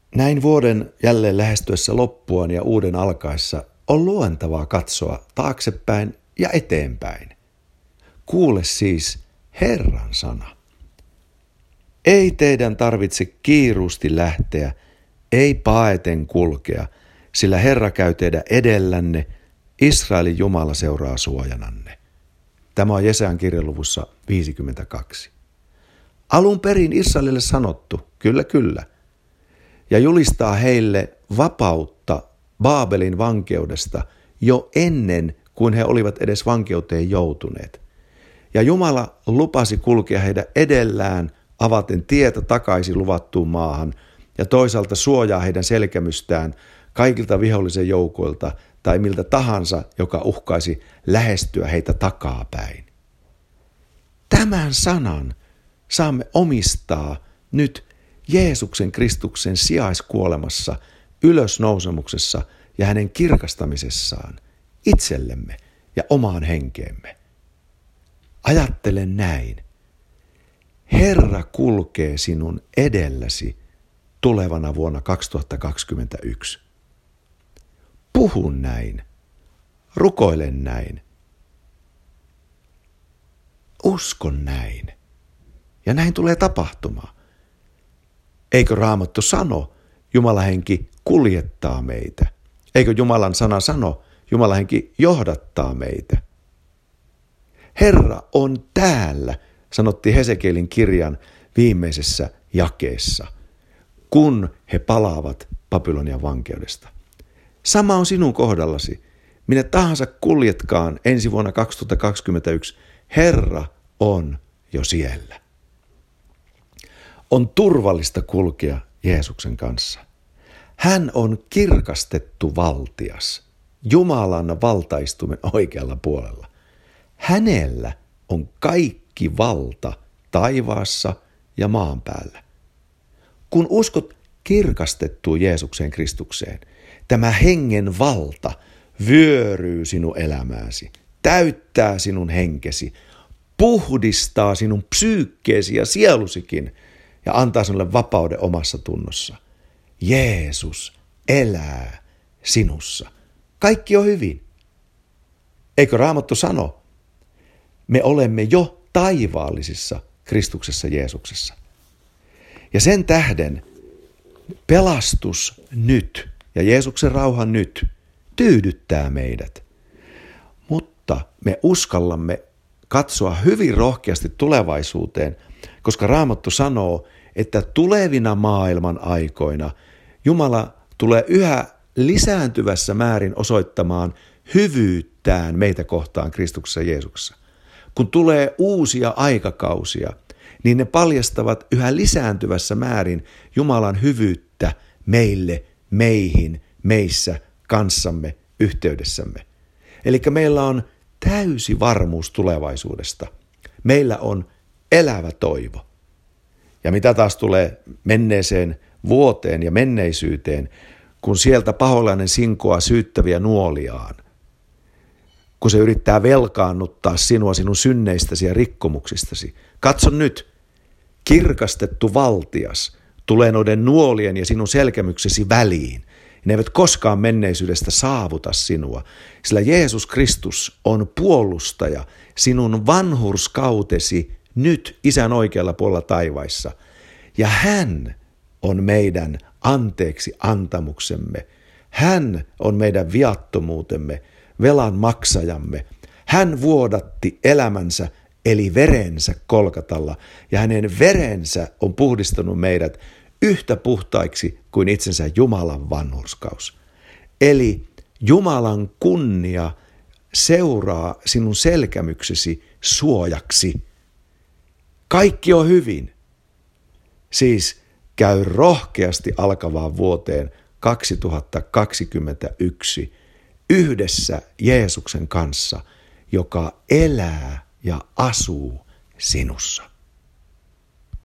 Näin vuoden jälleen lähestyessä loppuaan ja uuden alkaessa on luontevaa katsoa taaksepäin ja eteenpäin. Kuule siis Herran sana. Ei teidän tarvitse kiiruusti lähteä, ei paeten kulkea, sillä Herra käy teidän edellänne, Israelin Jumala seuraa suojananne. Tämä on Jesajan kirjaluvussa 52. Alun perin Israelille sanottu, kyllä, ja julistaa heille vapautta Baabelin vankeudesta jo ennen kuin he olivat edes vankeuteen joutuneet. Ja Jumala lupasi kulkea heidän edellään avaten tietä takaisin luvattuun maahan ja toisaalta suojaa heidän selkämystään kaikilta vihollisen joukoilta tai miltä tahansa, joka uhkaisi lähestyä heitä takapäin. Tämän sanan saamme omistaa nyt Jeesuksen Kristuksen sijaiskuolemassa, ylösnousemuksessa ja hänen kirkastamisessaan itsellemme ja omaan henkeemme. Ajattele näin. Herra kulkee sinun edelläsi tulevana vuonna 2021. Puhu näin. Rukoile näin. Uskon näin. Ja näin tulee tapahtumaan. Eikö Raamattu sano, Jumalan henki kuljettaa meitä? Eikö Jumalan sana sano, Jumalan henki johdattaa meitä? Herra on täällä, sanottiin Hesekielin kirjan viimeisessä jakeessa, kun he palaavat Babylonian vankeudesta. Sama on sinun kohdallasi. Minne tahansa kuljetkaan ensi vuonna 2021, Herra on jo siellä. On turvallista kulkea Jeesuksen kanssa. Hän on kirkastettu valtias, Jumalan valtaistumen oikealla puolella. Hänellä on kaikki valta taivaassa ja maan päällä. Kun uskot kirkastettuun Jeesukseen Kristukseen, tämä hengen valta vyöryy sinun elämääsi, täyttää sinun henkesi, puhdistaa sinun psyykkeesi ja sielusikin ja antaa sinulle vapauden omassa tunnossa. Jeesus elää sinussa. Kaikki on hyvin. Eikö Raamattu sano? Me olemme jo taivaallisissa Kristuksessa Jeesuksessa. Ja sen tähden pelastus nyt ja Jeesuksen rauha nyt tyydyttää meidät. Mutta me uskallamme katsoa hyvin rohkeasti tulevaisuuteen, koska Raamattu sanoo, että tulevina maailman aikoina Jumala tulee yhä lisääntyvässä määrin osoittamaan hyvyyttään meitä kohtaan Kristuksessa Jeesuksessa. Kun tulee uusia aikakausia, niin ne paljastavat yhä lisääntyvässä määrin Jumalan hyvyyttä meille, meihin, meissä, kanssamme, yhteydessämme. Eli meillä on täysi varmuus tulevaisuudesta. Meillä on elävä toivo. Ja mitä taas tulee menneeseen vuoteen ja menneisyyteen, kun sieltä paholainen sinkoaa syyttäviä nuoliaan, kun se yrittää velkaannuttaa sinua sinun synneistäsi ja rikkomuksistasi. Katso nyt, kirkastettu valtias tulee noiden nuolien ja sinun selkämyksesi väliin. Ne eivät koskaan menneisyydestä saavuta sinua, sillä Jeesus Kristus on puolustaja sinun vanhurskautesi nyt Isän oikealla puolella taivaissa. Ja hän on meidän anteeksi antamuksemme. Hän on meidän viattomuutemme, velan maksajamme. Hän vuodatti elämänsä eli verensä Kolkatalla ja hänen verensä on puhdistanut meidät yhtä puhtaiksi kuin itsensä Jumalan vanhurskaus. Eli Jumalan kunnia seuraa sinun selkämyksesi suojaksi. Kaikki on hyvin. Siis käy rohkeasti alkavaan vuoteen 2021 yhdessä Jeesuksen kanssa, joka elää ja asuu sinussa.